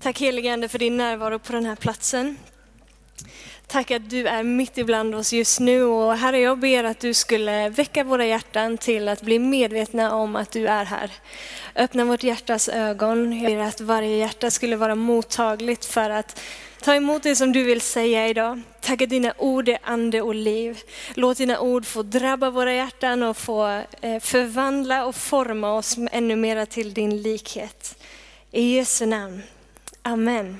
Tack helige Ande för din närvaro på den här platsen. Tack att du är mitt ibland oss just nu, och Herre, jag ber att du skulle väcka våra hjärtan till att bli medvetna om att du är här. Öppna vårt hjärtas ögon. Jag ber att varje hjärta skulle vara mottagligt för att ta emot det som du vill säga idag. Tack att dina ord är ande och liv. Låt dina ord få drabba våra hjärtan och få förvandla och forma oss ännu mer till din likhet. I Jesu namn. Amen.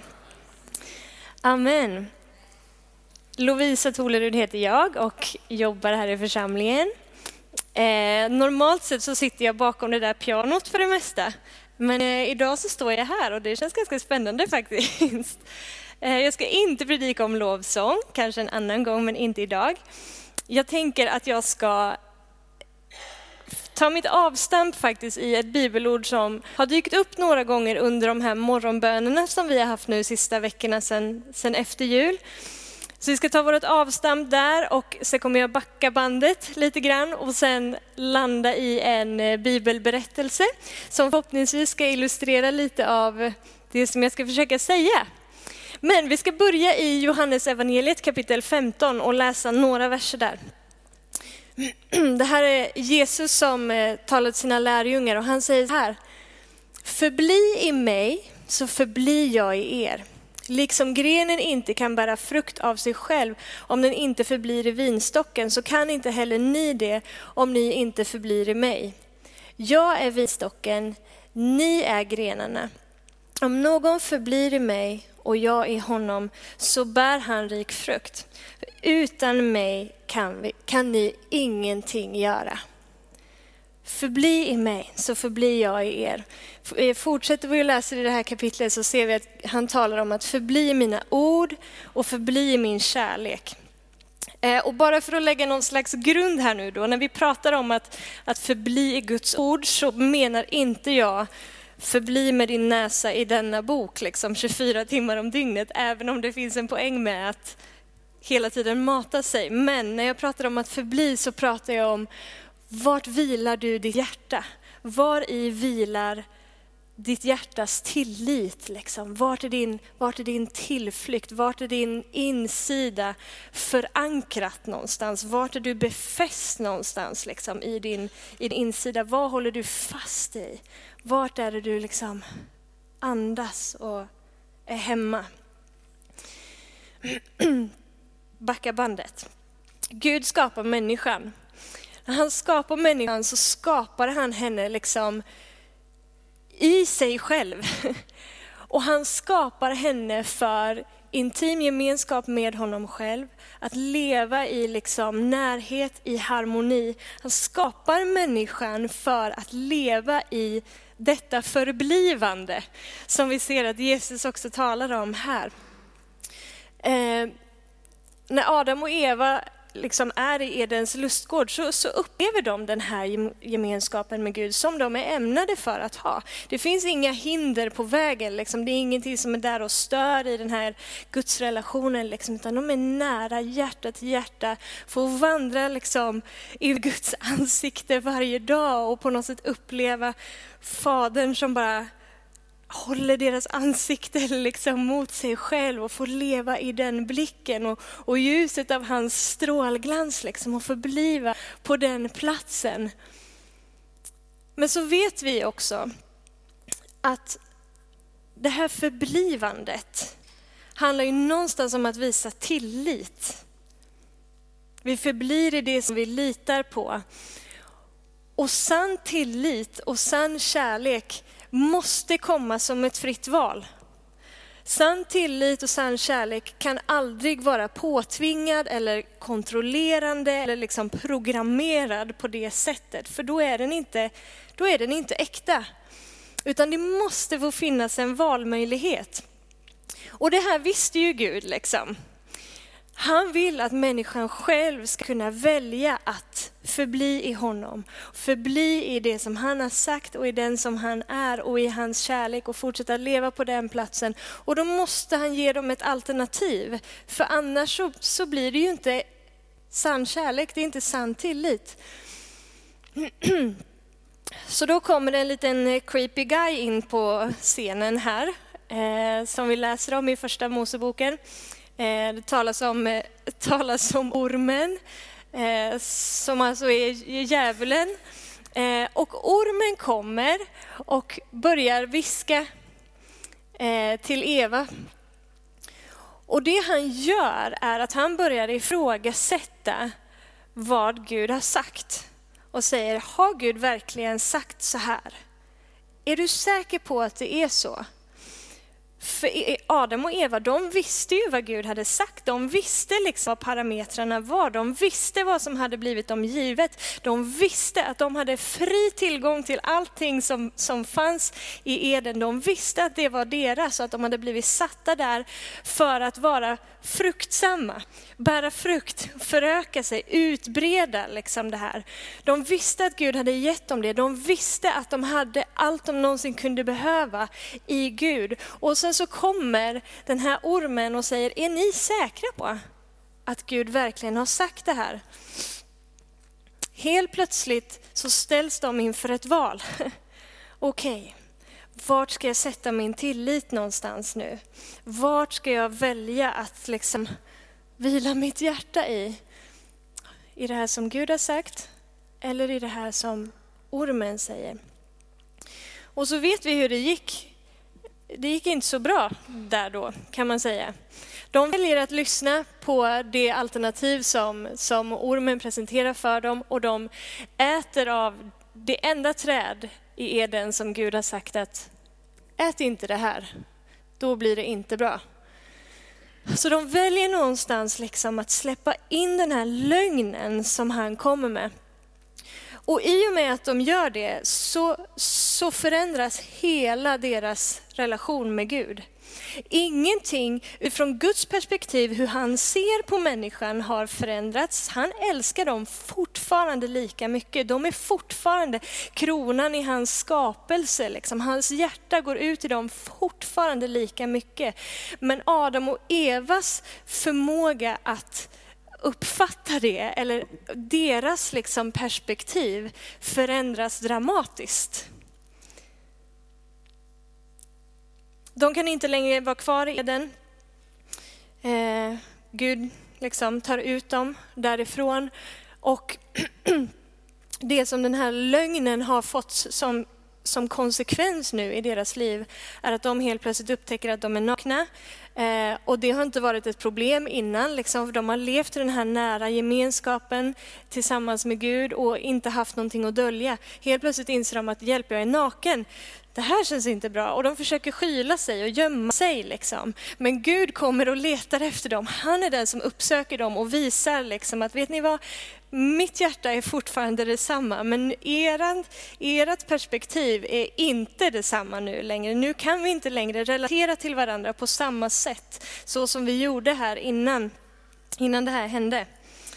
Amen. Lovisa Tolerud heter jag och jobbar här i församlingen. Normalt sett så sitter jag bakom det där pianot för det mesta. Men idag så står jag här och det känns ganska spännande faktiskt. Jag ska inte predika om lovsång, kanske en annan gång men inte idag. Jag tänker att jag ska ta mitt avstamp faktiskt i ett bibelord som har dykt upp några gånger under de här morgonbönerna som vi har haft nu sista veckorna sedan efter jul. Så vi ska ta vårt avstamp där och sen kommer jag backa bandet lite grann och sen landa i en bibelberättelse som förhoppningsvis ska illustrera lite av det som jag ska försöka säga. Men vi ska börja i Johannes evangeliet kapitel 15 och läsa några verser där. Det här är Jesus som talar till sina lärjungar och han säger så här: förbli i mig så förblir jag i er. Liksom grenen inte kan bära frukt av sig själv om den inte förblir i vinstocken, så kan inte heller ni det om ni inte förblir i mig. Jag är vinstocken, ni är grenarna. Om någon förblir i mig och jag i honom, så bär han rik frukt. Utan mig kan ni ingenting göra. Förbli i mig så förblir jag i er. Fortsätter vi att läsa i det här kapitlet så ser vi att han talar om att förbli i mina ord och förbli i min kärlek. Och bara för att lägga någon slags grund här nu då, när vi pratar om att förbli i Guds ord, så menar inte jag förbli med din näsa i denna bok liksom 24 timmar om dygnet, även om det finns en poäng med att hela tiden mata sig. Men när jag pratar om att förbli så pratar jag om vart vilar du ditt hjärta? Var i vilar ditt hjärtas tillit? Liksom? Vart är din tillflykt? Vart är din insida förankrat någonstans? Vart är du befäst någonstans liksom, i din insida? Vad håller du fast i? Vart är det du liksom andas och är hemma? Backa bandet. Gud skapar människan. När han skapar människan så skapar han henne liksom i sig själv. Och han skapar henne för intim gemenskap med honom själv. Att leva i liksom närhet, i harmoni. Han skapar människan för att leva i detta förblivande. Som vi ser att Jesus också talar om här. När Adam och Eva liksom är i Edens lustgård så upplever de den här gemenskapen med Gud som de är ämnade för att ha. Det finns inga hinder på vägen, liksom. Det är ingenting som är där och stör i den här Guds relationen, liksom. Utan de är nära hjärta till hjärta, får vandra liksom i Guds ansikte varje dag och på något sätt uppleva Fadern som bara håller deras ansikte liksom mot sig själv och får leva i den blicken och ljuset av hans strålglans liksom, och förbliva på den platsen. Men så vet vi också att det här förblivandet handlar ju någonstans om att visa tillit. Vi förblir i det som vi litar på. Och sann tillit och sann kärlek måste komma som ett fritt val. Sann tillit och sann kärlek kan aldrig vara påtvingad eller kontrollerande eller liksom programmerad på det sättet. För då är den inte äkta. Utan det måste få finnas en valmöjlighet. Och det här visste ju Gud liksom. Han vill att människan själv ska kunna välja att förbli i honom. Förbli i det som han har sagt och i den som han är och i hans kärlek och fortsätta leva på den platsen. Och då måste han ge dem ett alternativ. För annars så blir det ju inte sann kärlek, det är inte sann tillit. Så då kommer det en liten creepy guy in på scenen här. som vi läser om i första Moseboken. Det talas om ormen som alltså är djävulen. Och ormen kommer och börjar viska till Eva. Och det han gör är att han börjar ifrågasätta vad Gud har sagt. Och säger, har Gud verkligen sagt så här? Är du säker på att det är så? För Adam och Eva, de visste ju vad Gud hade sagt. De visste liksom vad parametrarna var. De visste vad som hade blivit dem givet. De visste att de hade fri tillgång till allting som fanns i Eden. De visste att det var deras och att de hade blivit satta där för att vara fruktsamma. Bära frukt, föröka sig, utbreda liksom det här. De visste att Gud hade gett dem det. De visste att de hade allt de någonsin kunde behöva i Gud. Och sen så kommer den här ormen och säger, är ni säkra på att Gud verkligen har sagt det här? Helt plötsligt så ställs de inför ett val. Okej, vart ska jag sätta min tillit någonstans nu? Vart ska jag välja att liksom vila mitt hjärta i? I det här som Gud har sagt eller i det här som ormen säger? Och så vet vi hur det gick. Det gick inte så bra där då, kan man säga. De väljer att lyssna på det alternativ som ormen presenterar för dem, och de äter av det enda träd i Eden som Gud har sagt att ät inte det här, då blir det inte bra. Så de väljer någonstans liksom att släppa in den här lögnen som han kommer med. Och i och med att de gör det så förändras hela deras relation med Gud. Ingenting från Guds perspektiv, hur han ser på människan, har förändrats. Han älskar dem fortfarande lika mycket. De är fortfarande kronan i hans skapelse. Liksom. Hans hjärta går ut till dem fortfarande lika mycket. Men Adam och Evas förmåga att uppfatta det, eller deras liksom perspektiv, förändras dramatiskt. De kan inte längre vara kvar i Eden. Gud liksom tar ut dem därifrån. Och det som den här lögnen har fått som konsekvens nu i deras liv är att de helt plötsligt upptäcker att de är nakna. Och det har inte varit ett problem innan. Liksom, för de har levt i den här nära gemenskapen tillsammans med Gud och inte haft någonting att dölja. Helt plötsligt inser de att hjälp, jag är naken. Det här känns inte bra. Och de försöker skyla sig och gömma sig. Liksom. Men Gud kommer och letar efter dem. Han är den som uppsöker dem och visar liksom, att vet ni vad? Mitt hjärta är fortfarande detsamma. Men ert perspektiv är inte detsamma nu längre. Nu kan vi inte längre relatera till varandra på samma sätt. Så som vi gjorde här innan det här hände.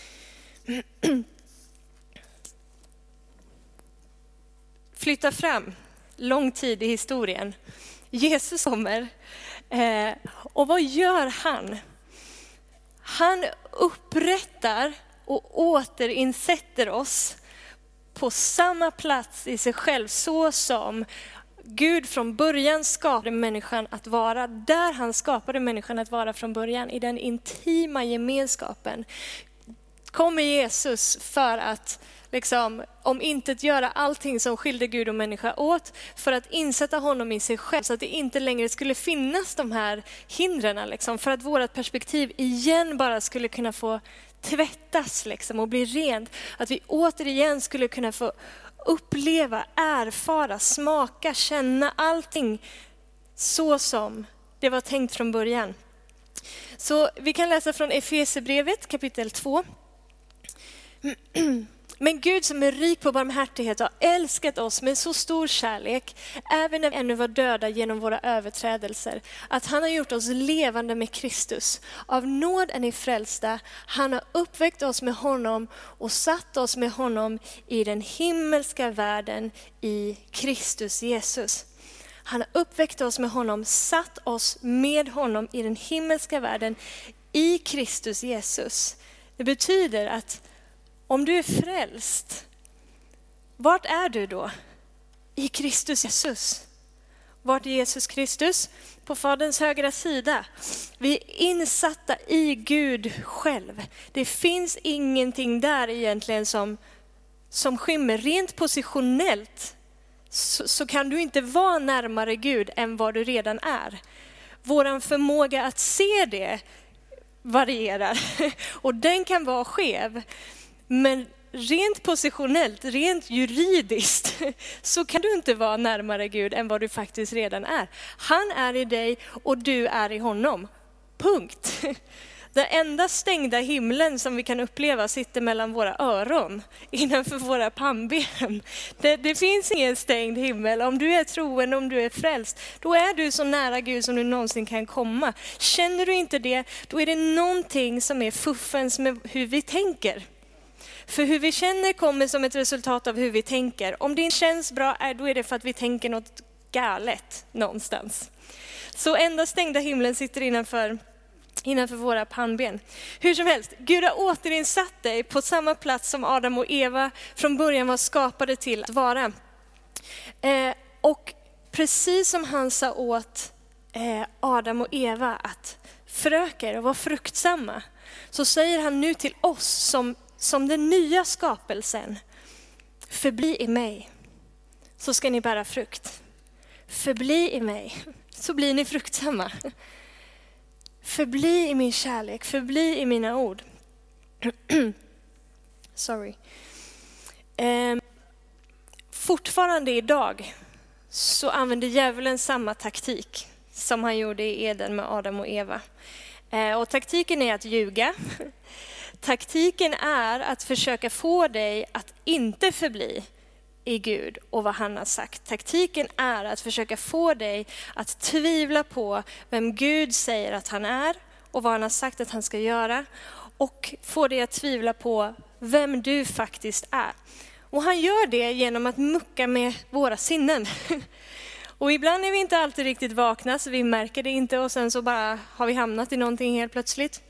Flytta fram. Lång tid i historien. Jesus kommer. Och vad gör han? Han upprättar och återinsätter oss på samma plats i sig själv, så som Gud från början skapade människan att vara. Där han skapade människan att vara från början, i den intima gemenskapen. Kommer Jesus för att liksom omintetgöra allting som skilde Gud och människa åt, för att insätta honom i sig själv, så att det inte längre skulle finnas de här hindren, liksom, för att vårt perspektiv igen bara skulle kunna få tvättas liksom, och bli rent. Att vi återigen skulle kunna få uppleva, erfara, smaka, känna allting så som det var tänkt från början. Så vi kan läsa från Efesierbrevet kapitel 2. Men Gud som är rik på barmhärtighet har älskat oss med så stor kärlek, även när vi ännu var döda genom våra överträdelser, att han har gjort oss levande med Kristus. Av nåd är ni frälsta. Han har uppväckt oss med honom och satt oss med honom i den himmelska världen i Kristus Jesus. Han har uppväckt oss med honom, satt oss med honom i den himmelska världen i Kristus Jesus. Det betyder att om du är frälst, vart är du då? I Kristus Jesus. Vart är Jesus Kristus? På Faderns högra sida. Vi är insatta i Gud själv. Det finns ingenting där egentligen som skymmer. Rent positionellt så kan du inte vara närmare Gud än vad du redan är. Våran förmåga att se det varierar och den kan vara skev. Men rent positionellt, rent juridiskt så kan du inte vara närmare Gud än vad du faktiskt redan är. Han är i dig och du är i honom. Punkt. Den enda stängda himlen som vi kan uppleva sitter mellan våra öron, innanför våra pannben. Det finns ingen stängd himmel. Om du är troende, om du är frälst, då är du så nära Gud som du någonsin kan komma. Känner du inte det, då är det någonting som är fuffens med hur vi tänker. För hur vi känner kommer som ett resultat av hur vi tänker. Om det inte känns bra, då är det för att vi tänker något galet någonstans. Så enda stängda himlen sitter innanför våra pannben. Hur som helst, Gud har återinsatt dig på samma plats som Adam och Eva från början var skapade till att vara. Och precis som han sa åt Adam och Eva att föröka er och vara fruktsamma, så säger han nu till oss som den nya skapelsen: förbli i mig, så ska ni bära frukt. Förbli i mig, så blir ni fruktsamma. Förbli i min kärlek, förbli i mina ord. Sorry. Fortfarande idag så använder djävulen samma taktik som han gjorde i Eden med Adam och Eva. Och taktiken är att ljuga. Taktiken är att försöka få dig att inte förbli i Gud och vad han har sagt. Taktiken är att försöka få dig att tvivla på vem Gud säger att han är och vad han har sagt att han ska göra, och få dig att tvivla på vem du faktiskt är. Och han gör det genom att mucka med våra sinnen. Och ibland är vi inte alltid riktigt vakna, så vi märker det inte, och sen så bara har vi hamnat i någonting helt plötsligt.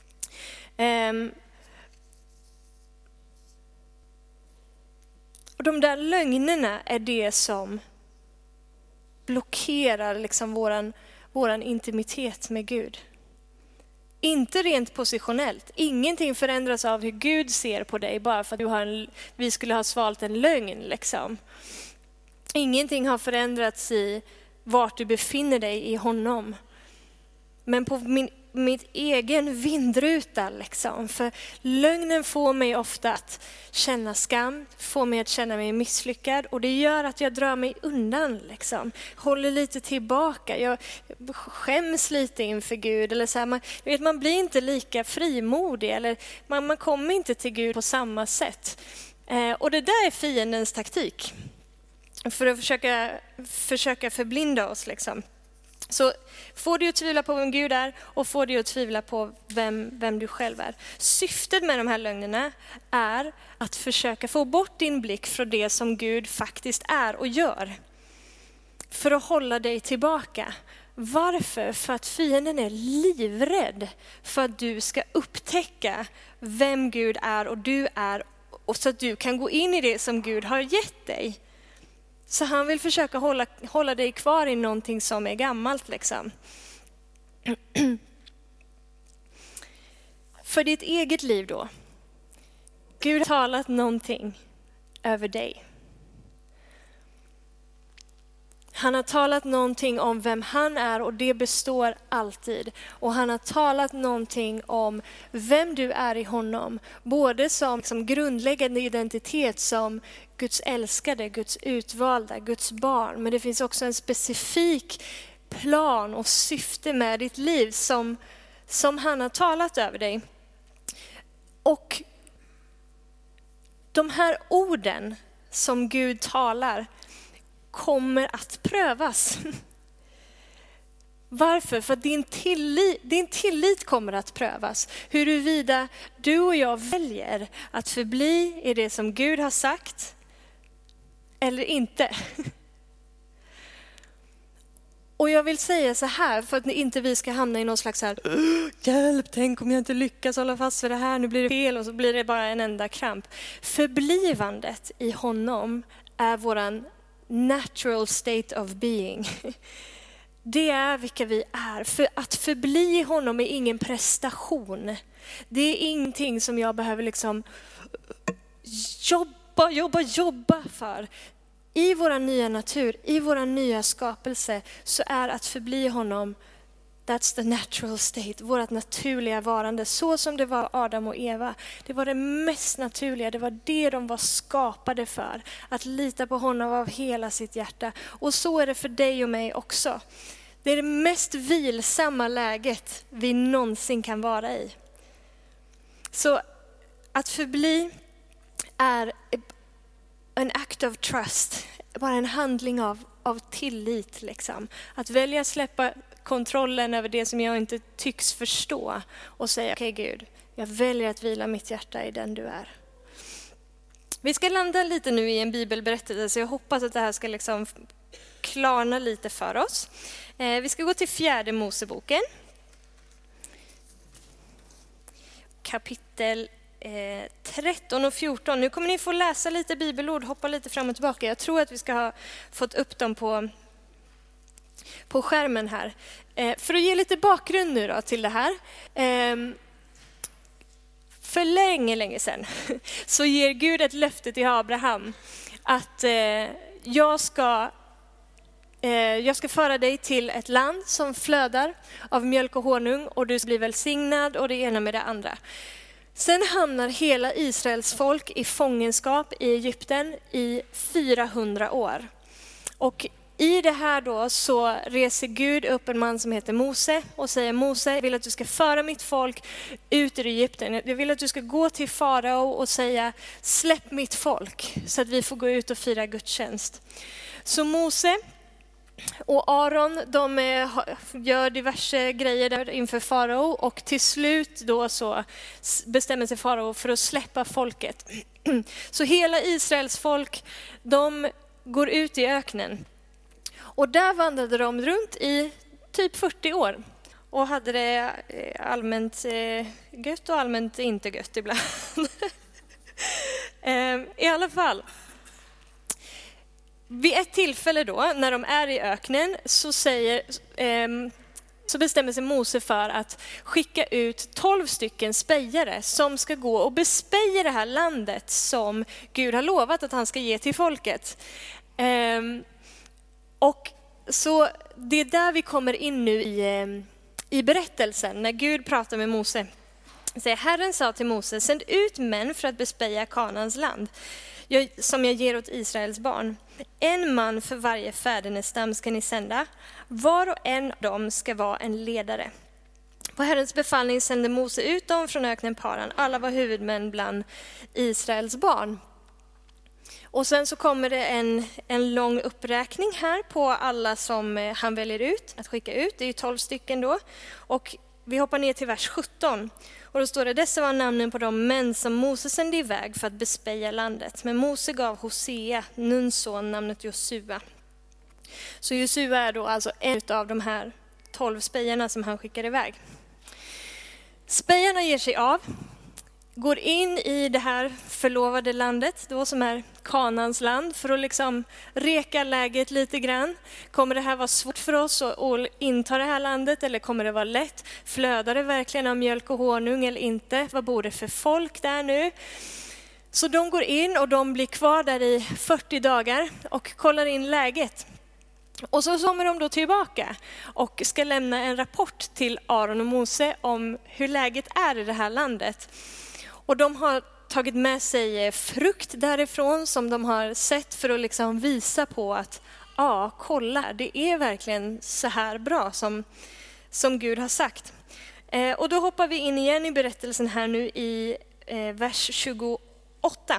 Och de där lögnerna är det som blockerar liksom våran intimitet med Gud. Inte rent positionellt. Ingenting förändras av hur Gud ser på dig bara för att vi skulle ha svalt en lögn. Liksom. Ingenting har förändrats i vart du befinner dig i honom. Men på mitt egen vindruta. Liksom. För lögnen får mig ofta att känna skam, får mig att känna mig misslyckad. Och det gör att jag drar mig undan. Liksom. Håller lite tillbaka. Jag skäms lite inför Gud. Eller så här, man blir inte lika frimodig. Eller man kommer inte till Gud på samma sätt. Och det där är fiendens taktik. För att försöka förblinda oss. Liksom. Så får du att tvivla på vem Gud är och får du att tvivla på vem du själv är. Syftet med de här lögnerna är att försöka få bort din blick från det som Gud faktiskt är och gör. För att hålla dig tillbaka. Varför? För att fienden är livrädd för att du ska upptäcka vem Gud är och du är, och så att du kan gå in i det som Gud har gett dig. Så han vill försöka hålla dig kvar i någonting som är gammalt. Liksom. För ditt eget liv då. Gud har talat någonting över dig. Han har talat någonting om vem han är och det består alltid. Och han har talat någonting om vem du är i honom. Både som grundläggande identitet, som Guds älskade, Guds utvalda, Guds barn. Men det finns också en specifik plan och syfte med ditt liv som han har talat över dig. Och de här orden som Gud talar kommer att prövas. Varför? För att din tillit kommer att prövas. Huruvida du och jag väljer att förbli i det som Gud har sagt eller inte. Och jag vill säga så här, för att inte vi ska hamna i någon slags så här, hjälp, tänk om jag inte lyckas hålla fast vid det här, nu blir det fel, och så blir det bara en enda kramp. Förblivandet i honom är natural state of being. Det är vilka vi är. För att förbli honom är ingen prestation. Det är ingenting som jag behöver liksom jobba för. I vår nya natur, i vår nya skapelse, så är att förbli honom, that's the natural state, vårt naturliga varande. Så som det var Adam och Eva. Det var det mest naturliga, det var det de var skapade för. Att lita på honom av hela sitt hjärta. Och så är det för dig och mig också. Det är det mest vilsamma läget vi någonsin kan vara i. Så att förbli är en act of trust. Bara en handling av tillit. Liksom. Att välja att släppa kontrollen över det som jag inte tycks förstå. Och säga, okej Gud, jag väljer att vila mitt hjärta i den du är. Vi ska landa lite nu i en bibelberättelse. Så jag hoppas att det här ska liksom klarna lite för oss. Vi ska gå till 4:e Moseboken. Kapitel 13 och 14. Nu kommer ni få läsa lite bibelord, hoppa lite fram och tillbaka. Jag tror att vi ska ha fått upp dem på skärmen här. För att ge lite bakgrund nu då till det här. För länge sedan så ger Gud ett löfte till Abraham att jag ska föra dig till ett land som flödar av mjölk och honung och du ska bli välsignad och det ena med det andra. Sen hamnar hela Israels folk i fångenskap i Egypten i 400 år. Och i det här då så reser Gud upp en man som heter Mose och säger: Mose, jag vill att du ska föra mitt folk ut ur Egypten. Jag vill att du ska gå till farao och säga: släpp mitt folk så att vi får gå ut och fira gudstjänst. Så Mose och Aron, de gör diverse grejer där inför farao och till slut då så bestämmer sig farao för att släppa folket. Så hela Israels folk, de går ut i öknen. Och där vandrade de runt i typ 40 år och hade det allmänt gött och allmänt inte gött ibland. I alla fall. Vid ett tillfälle då, när de är i öknen, så bestämmer sig Mose för att skicka ut 12 stycken spejare som ska gå och bespeja det här landet som Gud har lovat att han ska ge till folket. Och så det är där vi kommer in nu i berättelsen, när Gud pratar med Mose. Herren sa till Mose: sänd ut män för att bespeja Kanaans land, som jag ger åt Israels barn. En man för varje fädernestam ska ni sända. Var och en av dem ska vara en ledare. På Herrens befallning sände Mose ut dem från öknen Paran. Alla var huvudmän bland Israels barn. Och sen så kommer det en lång uppräkning här på alla som han väljer ut att skicka ut. Det är ju 12 stycken då. Och vi hoppar ner till vers 17. Och då står det: dessa var namnen på de män som Mose sände iväg för att bespeja landet. Men Mose gav Hosea, Nuns son, namnet Josua. Så Josua är då alltså en av de här 12 spejarna som han skickar iväg. Spejarna ger sig av, går in i det här förlovade landet då, som är Kanaans land, för att liksom reka läget lite grann. Kommer det här vara svårt för oss att inta det här landet, eller kommer det vara lätt? Flödar det verkligen av mjölk och honung eller inte? Vad bor det för folk där nu? Så de går in och de blir kvar där i 40 dagar och kollar in läget. Och så kommer de då tillbaka och ska lämna en rapport till Aron och Mose om hur läget är i det här landet. Och de har tagit med sig frukt därifrån som de har sett för att liksom visa på att ja, kolla, det är verkligen så här bra som Gud har sagt. Och då hoppar vi in igen i berättelsen här nu i vers 28.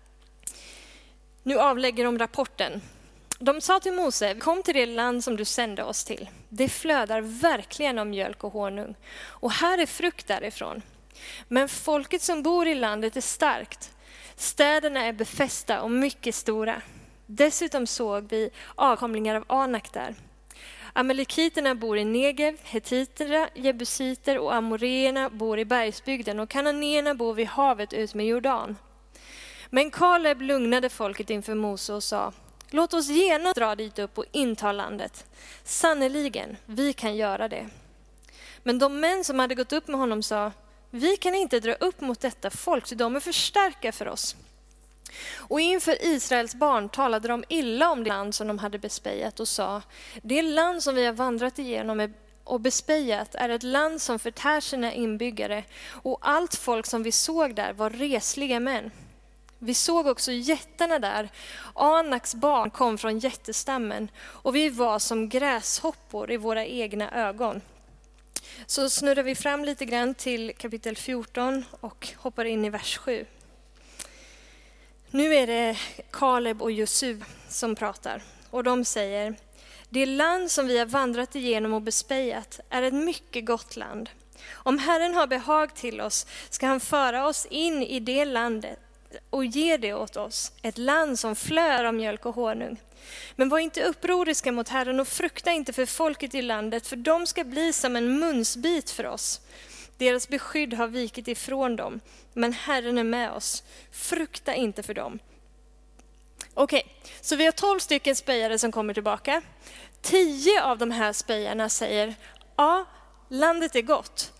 Nu avlägger de rapporten. De sa till Mose: kom till det land som du sände oss till. Det flödar verkligen av mjölk och honung. Och här är frukt därifrån. Men folket som bor i landet är starkt. Städerna är befästa och mycket stora. Dessutom såg vi avkomlingar av Anak där. Amalekiterna bor i Negev, hetiterna, jebusiter och amoreerna bor i bergsbygden och kananéerna bor vid havet ut med Jordan. Men Kaleb lugnade folket inför Mose och sa: Låt oss genast dra dit upp och inta landet. Sannoliken, vi kan göra det. Men de män som hade gått upp med honom sa, vi kan inte dra upp mot detta folk, så de är för starka för oss. Och inför Israels barn talade de illa om det land som de hade bespejat och sa, det land som vi har vandrat igenom och bespejat är ett land som förtär sina inbyggare, och allt folk som vi såg där var resliga män. Vi såg också jättarna där. Anaks barn kom från jättestammen, och vi var som gräshoppor i våra egna ögon. Så snurrar vi fram lite grann till kapitel 14 och hoppar in i vers 7. Nu är det Kaleb och Josua som pratar, och de säger, det land som vi har vandrat igenom och bespejat är ett mycket gott land. Om Herren har behag till oss ska han föra oss in i det landet och ge det åt oss, ett land som flödar av mjölk och honung. Men var inte upproriska mot Herren och frukta inte för folket i landet, för de ska bli som en munsbit för oss. Deras beskydd har vikit ifrån dem, men Herren är med oss. Frukta inte för dem. Okej, så vi har 12 stycken spejare som kommer tillbaka. 10 av de här spejarna säger, ja, landet är gott,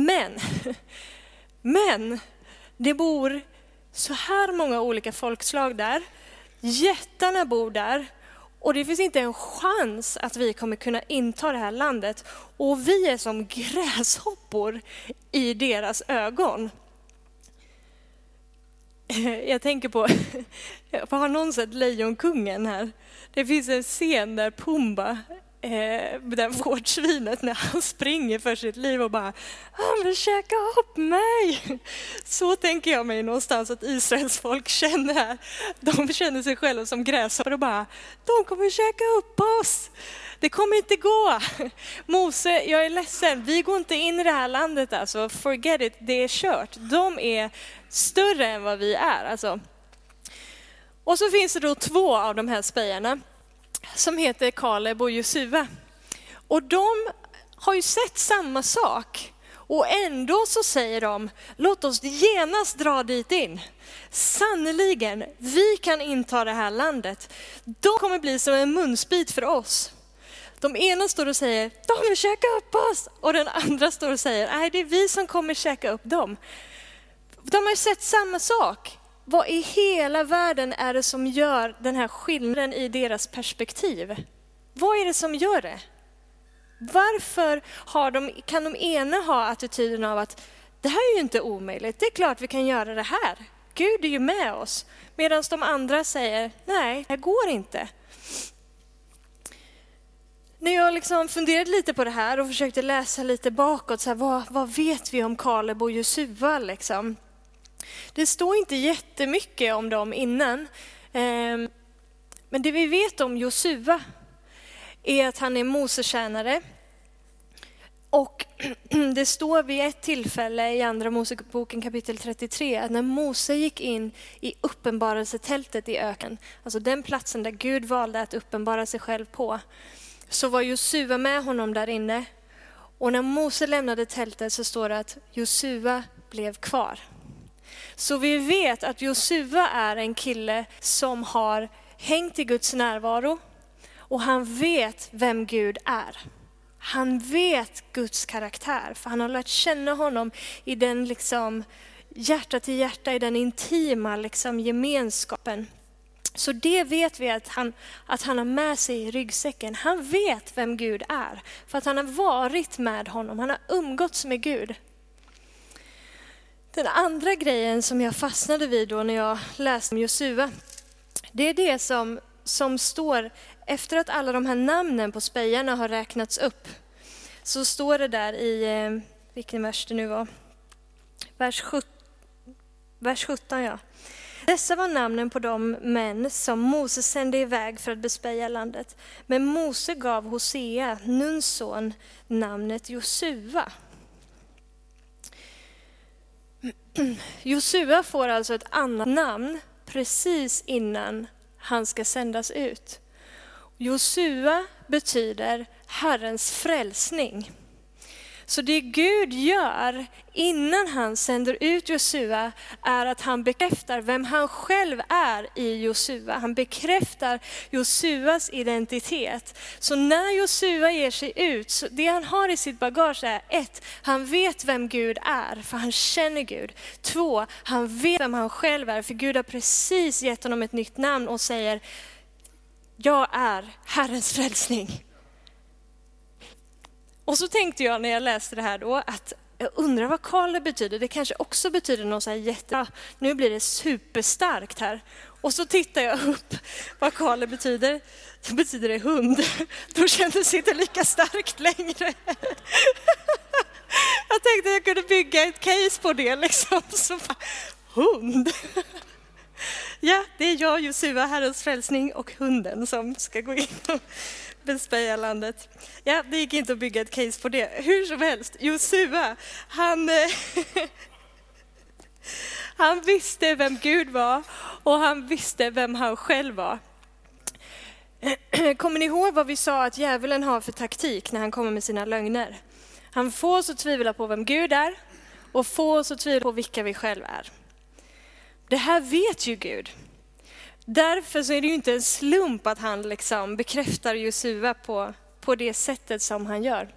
men det bor så här många olika folkslag där. Jättarna bor där, och det finns inte en chans att vi kommer kunna inta det här landet. Och vi är som gräshoppor i deras ögon. Jag tänker på, har någon sett Lejonkungen här? Det finns en scen där Pumba, det vårdsvinet, när han springer för sitt liv och bara, han vill käka upp mig. Så tänker jag mig någonstans att Israels folk känner här. De känner sig själva som gräshoppor och bara, de kommer käka upp oss. Det kommer inte gå. Mose, jag är ledsen, vi går inte in i det här landet, alltså forget it, det är kört. De är större än vad vi är, alltså. Och så finns det då 2 av de här spejarna som heter Kaleb och Josua. Och de har ju sett samma sak. Och ändå så säger de, låt oss genast dra dit in. Sannoliken, vi kan inta det här landet. De kommer bli som en munsbit för oss. De ena står och säger, de vill käka upp oss. Och den andra står och säger, nej, det är vi som kommer käka upp dem. De har ju sett samma sak. Vad i hela världen är det som gör den här skillnaden i deras perspektiv? Vad är det som gör det? Varför kan de ena ha attityden av att det här är ju inte omöjligt, det är klart vi kan göra det här. Gud är ju med oss. Medan de andra säger, nej, det går inte. När jag liksom funderade lite på det här och försökte läsa lite bakåt, så här, vad vet vi om Kaleb och Josua liksom? Det står inte jättemycket om dem innan. Men det vi vet om Josua är att han är Mosetjänare. Och det står vid ett tillfälle i andra Moseboken kapitel 33 att när Mose gick in i uppenbarelsetältet i öken, alltså den platsen där Gud valde att uppenbara sig själv på, så var Josua med honom där inne. Och när Mose lämnade tältet så står det att Josua blev kvar. Så vi vet att Josua är en kille som har hängt i Guds närvaro, och han vet vem Gud är. Han vet Guds karaktär, för han har lärt känna honom i den liksom hjärta till hjärta, i den intima liksom gemenskapen. Så det vet vi att han har med sig i ryggsäcken. Han vet vem Gud är, för att han har varit med honom, han har umgåtts med Gud. Den andra grejen som jag fastnade vid då när jag läste om Josua, det är det som står efter att alla de här namnen på spejarna har räknats upp. Så står det där i, vilken vers det nu var, vers 17, ja. Dessa var namnen på de män som Mose sände iväg för att bespeja landet. Men Mose gav Hosea, Nuns son, namnet Josua. Josua får alltså ett annat namn precis innan han ska sändas ut. Josua betyder Herrens frälsning. Så det Gud gör innan han sänder ut Josua är att han bekräftar vem han själv är i Josua. Han bekräftar Josuas identitet. Så när Josua ger sig ut, så det han har i sitt bagage är 1. Han vet vem Gud är, för han känner Gud. 2. Han vet vem han själv är, för Gud har precis gett honom ett nytt namn och säger: jag är Herrens frälsning. Och så tänkte jag när jag läste det här då att jag undrar vad Kaleb betyder. Det kanske också betyder något så här nu blir det superstarkt här. Och så tittar jag upp vad Kaleb betyder. Det betyder det hund. Då kändes det inte lika starkt längre. Jag tänkte jag kunde bygga ett case på det liksom. Så bara, hund. Ja, det är jag, Josua, Herrens frälsning, och hunden som ska gå in och bespeja landet. Ja, det gick inte att bygga ett case på det. Hur som helst, Josua, han visste vem Gud var och han visste vem han själv var. Kommer ni ihåg vad vi sa att djävulen har för taktik när han kommer med sina lögner? Han får oss att tvivla på vem Gud är och får oss att tvivla på vilka vi själva är. Det här vet ju Gud. Därför så är det ju inte en slump att han liksom bekräftar Josua på det sättet som han gör.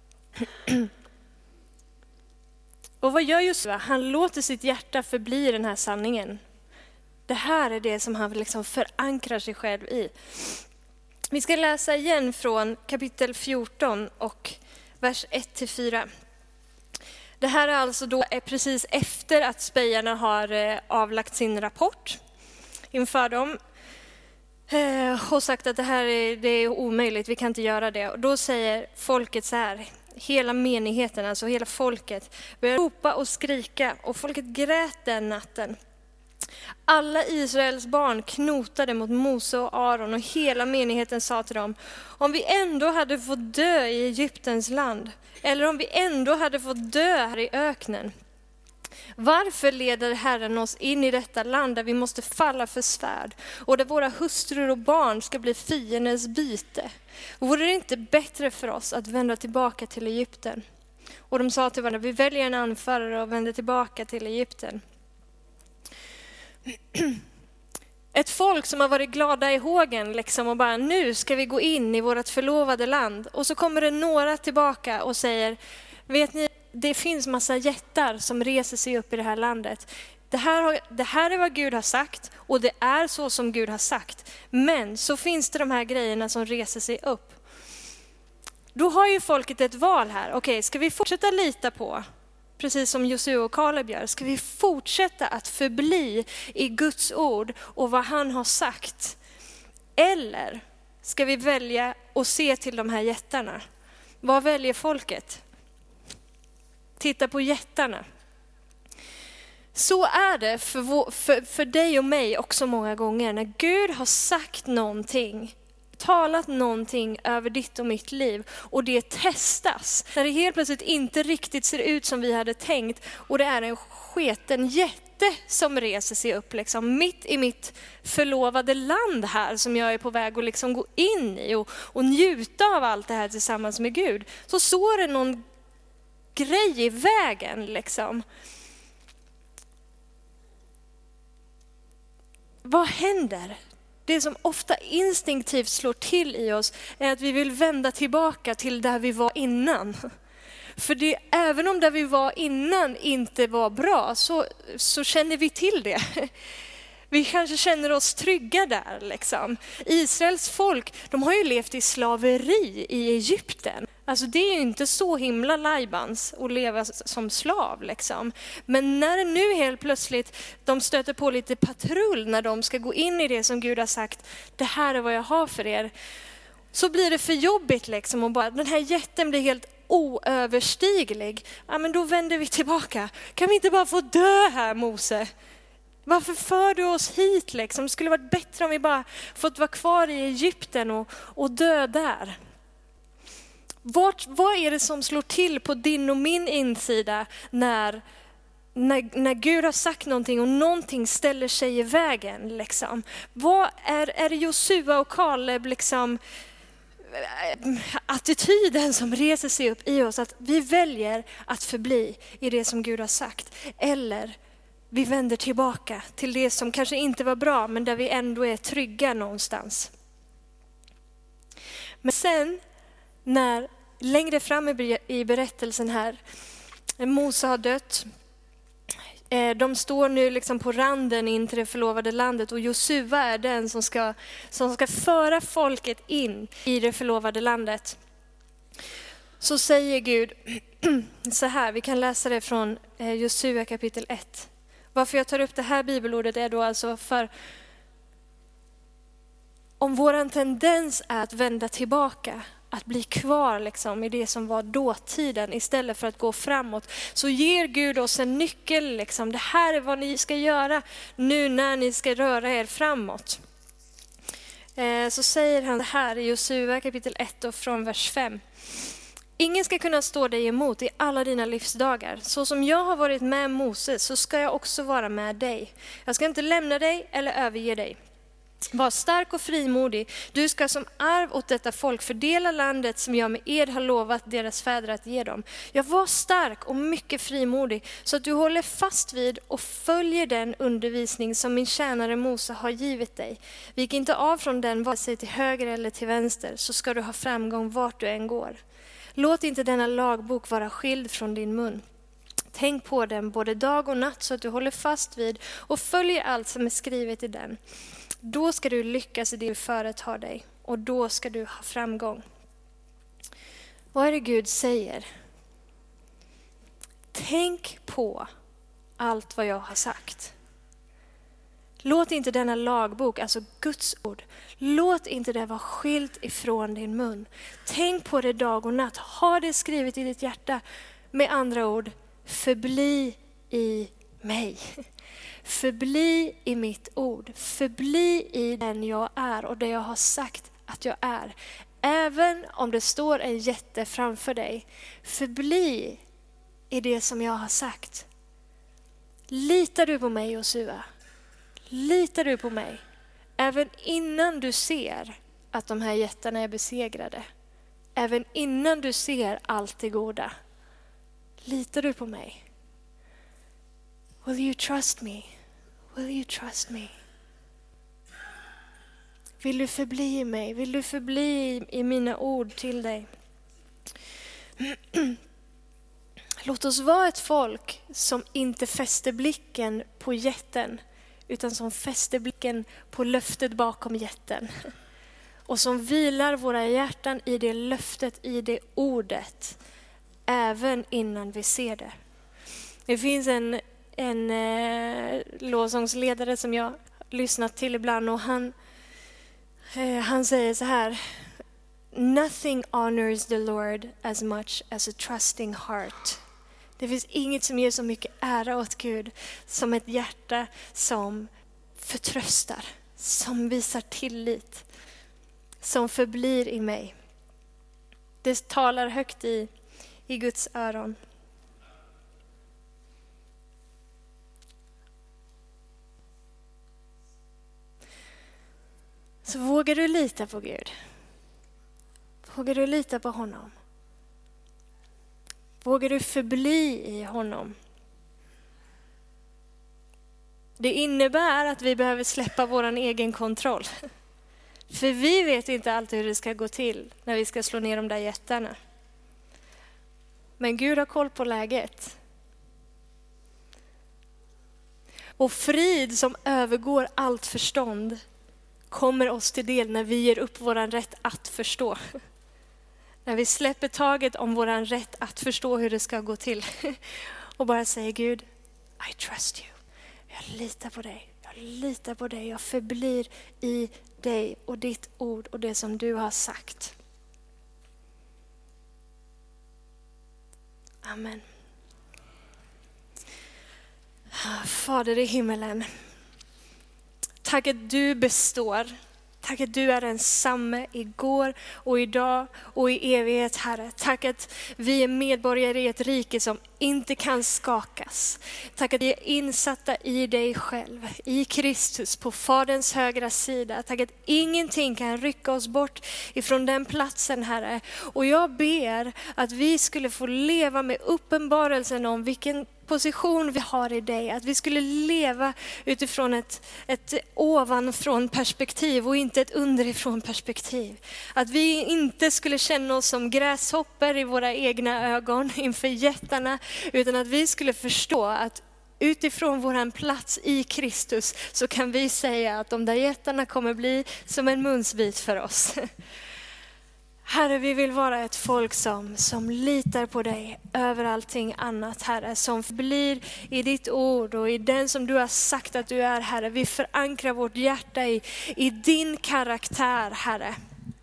Och vad gör Josua? Han låter sitt hjärta förbli den här sanningen. Det här är det som han liksom förankrar sig själv i. Vi ska läsa igen från kapitel 14 och vers 1-4. Det här är alltså då precis efter att spejarna har avlagt sin rapport inför dem och sagt att det är omöjligt, vi kan inte göra det. Och då säger folket så här, hela menigheten, alltså hela folket, börjar ropa och skrika, och folket grät den natten. Alla Israels barn knotade mot Mose och Aron, och hela menigheten sa till dem: om vi ändå hade fått dö i Egyptens land, eller om vi ändå hade fått dö här i öknen. Varför leder Herren oss in i detta land där vi måste falla för svärd och där våra hustrur och barn ska bli fiendens byte? Vore det inte bättre för oss att vända tillbaka till Egypten? Och de sa till varandra: vi väljer en anförare och vänder tillbaka till Egypten. Ett folk som har varit glada i hågen liksom och bara, nu ska vi gå in i vårt förlovade land. Och så kommer det några tillbaka och säger: vet ni, det finns massa jättar som reser sig upp i det här landet. Det här är vad Gud har sagt, och det är så som Gud har sagt. Men så finns det de här grejerna som reser sig upp. Då har ju folket ett val här. Okej, ska vi fortsätta lita på, precis som Josua och Kaleb gör, ska vi fortsätta att förbli i Guds ord och vad han har sagt? Eller ska vi välja att se till de här jättarna? Vad väljer folket? Titta på jättarna. Så är det för dig och mig också många gånger. När Gud har sagt någonting, talat någonting över ditt och mitt liv, och det testas. När det helt plötsligt inte riktigt ser ut som vi hade tänkt, och det är en sketen jätte som reser sig upp liksom, mitt i mitt förlovade land här som jag är på väg att liksom gå in i och njuta av allt det här tillsammans med Gud. Så står det någon grej i vägen liksom. Vad händer? Det som ofta instinktivt slår till i oss är att vi vill vända tillbaka till där vi var innan. För det, även om där vi var innan inte var bra, så känner vi till det. Vi kanske känner oss trygga där liksom. Israels folk, de har ju levt i slaveri i Egypten. Alltså det är ju inte så himla lajbans att leva som slav liksom. Men när nu helt plötsligt de stöter på lite patrull när de ska gå in i det som Gud har sagt, det här är vad jag har för er. Så blir det för jobbigt liksom, och bara den här jätten blir helt oöverstiglig. Ja, men då vänder vi tillbaka. Kan vi inte bara få dö här, Mose? Varför för du oss hit liksom? Det skulle varit bättre om vi bara fått vara kvar i Egypten och dö där. Vad är det som slår till på din och min insida när Gud har sagt någonting och någonting ställer sig i vägen liksom? Vad är det Josua och Kaleb liksom attityden som reser sig upp i oss, att vi väljer att förbli i det som Gud har sagt. Eller vi vänder tillbaka till det som kanske inte var bra, men där vi ändå är trygga någonstans. Men sen, när längre fram i berättelsen här, Mose har dött. De står nu liksom på randen in till det förlovade landet och Josua är den som ska föra folket in i det förlovade landet. Så säger Gud så här, vi kan läsa det från Josua kapitel 1. Varför jag tar upp det här bibelordet är då alltså för om våran tendens är att vända tillbaka, att bli kvar liksom i det som var dåtiden istället för att gå framåt, så ger Gud oss en nyckel. Liksom. Det här är vad ni ska göra nu när ni ska röra er framåt. Så säger han det här i Josua kapitel 1 och från vers 5. Ingen ska kunna stå dig emot i alla dina livsdagar. Så som jag har varit med Moses så ska jag också vara med dig. Jag ska inte lämna dig eller överge dig. Var stark och frimodig. Du ska som arv åt detta folk fördela landet som jag med ed har lovat deras fäder att ge dem. Jag var stark och mycket frimodig så att du håller fast vid och följer den undervisning som min tjänare Mose har givit dig. Vik inte av från den vare sig till höger eller till vänster, så ska du ha framgång vart du än går. Låt inte denna lagbok vara skild från din mun. Tänk på den både dag och natt så att du håller fast vid och följer allt som är skrivet i den. Då ska du lyckas i det du företar dig och då ska du ha framgång. Vad är det Gud säger? Tänk på allt vad jag har sagt. Låt inte denna lagbok, alltså Guds ord, låt inte det vara skilt ifrån din mun. Tänk på det dag och natt. Ha det skrivet i ditt hjärta. Med andra ord, förbli i mig. Förbli i mitt ord. Förbli i den jag är och det jag har sagt att jag är. Även om det står en jätte framför dig. Förbli i det som jag har sagt. Litar du på mig, Josua? Litar du på mig? Även innan du ser att de här jättarna är besegrade. Även innan du ser allt det goda. Litar du på mig? Will you trust me? Will you trust me? Vill du förbli i mig? Vill du förbli i mina ord till dig? Låt oss vara ett folk som inte fäster blicken på jätten, utan som fäster blicken på löftet bakom jätten. Och som vilar våra hjärtan i det löftet, i det ordet, även innan vi ser det. Det finns en lovsångsledare som jag lyssnat till ibland och han säger så här: Nothing honors the Lord as much as a trusting heart. Det finns inget som ger så mycket ära åt Gud som ett hjärta som förtröstar, som visar tillit, som förblir i mig. Det talar högt i Guds öron. Så vågar du lita på Gud? Vågar du lita på honom? Vågar du förbli i honom? Det innebär att vi behöver släppa vår egen kontroll. För vi vet inte alltid hur det ska gå till när vi ska slå ner de där jättarna. Men Gud har koll på läget. Och frid som övergår allt förstånd kommer oss till del när vi ger upp våran rätt att förstå. När vi släpper taget om våran rätt att förstå hur det ska gå till. Och bara säger Gud, I trust you. Jag litar på dig. Jag litar på dig. Jag förblir i dig och ditt ord och det som du har sagt. Amen. Fader i himmelen. Tack att du består. Tack att du är densamme igår och idag och i evighet, Herre. Tack att vi är medborgare i ett rike som inte kan skakas. Tack att vi är insatta i dig själv, i Kristus på Faderns högra sida. Tack att ingenting kan rycka oss bort ifrån den platsen, Herre. Och jag ber att vi skulle få leva med uppenbarelsen om vilken position vi har i dig. Att vi skulle leva utifrån ett ovanifrån perspektiv och inte ett underifrån perspektiv. Att vi inte skulle känna oss som gräshopper i våra egna ögon inför jättarna, utan att vi skulle förstå att utifrån våran plats i Kristus så kan vi säga att de där jättarna kommer bli som en munsbit för oss. Herre, vi vill vara ett folk som litar på dig över allting annat, Herre. Som blir i ditt ord och i den som du har sagt att du är, Herre. Vi förankrar vårt hjärta i din karaktär, Herre.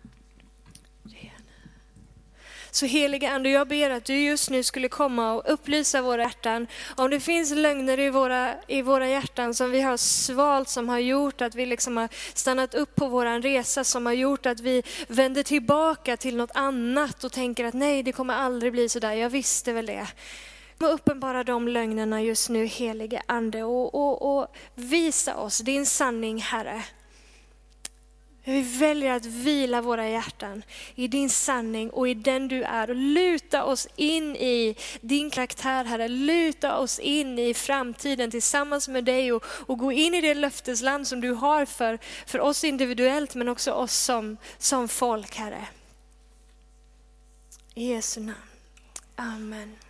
Så heliga Ande, jag ber att du just nu skulle komma och upplysa våra hjärtan. Om det finns lögner i våra hjärtan som vi har svalt, som har gjort att vi liksom har stannat upp på våran resa, som har gjort att vi vänder tillbaka till något annat och tänker att nej, det kommer aldrig bli så där. Jag visste väl det. Uppenbara de lögnerna just nu, helige Ande, och visa oss din sanning, Herre. Vi väljer att vila våra hjärtan i din sanning och i den du är. Och luta oss in i din karaktär, Herre. Luta oss in i framtiden tillsammans med dig och gå in i det löftesland som du har för oss individuellt, men också oss som folk, Herre. I Jesu namn. Amen.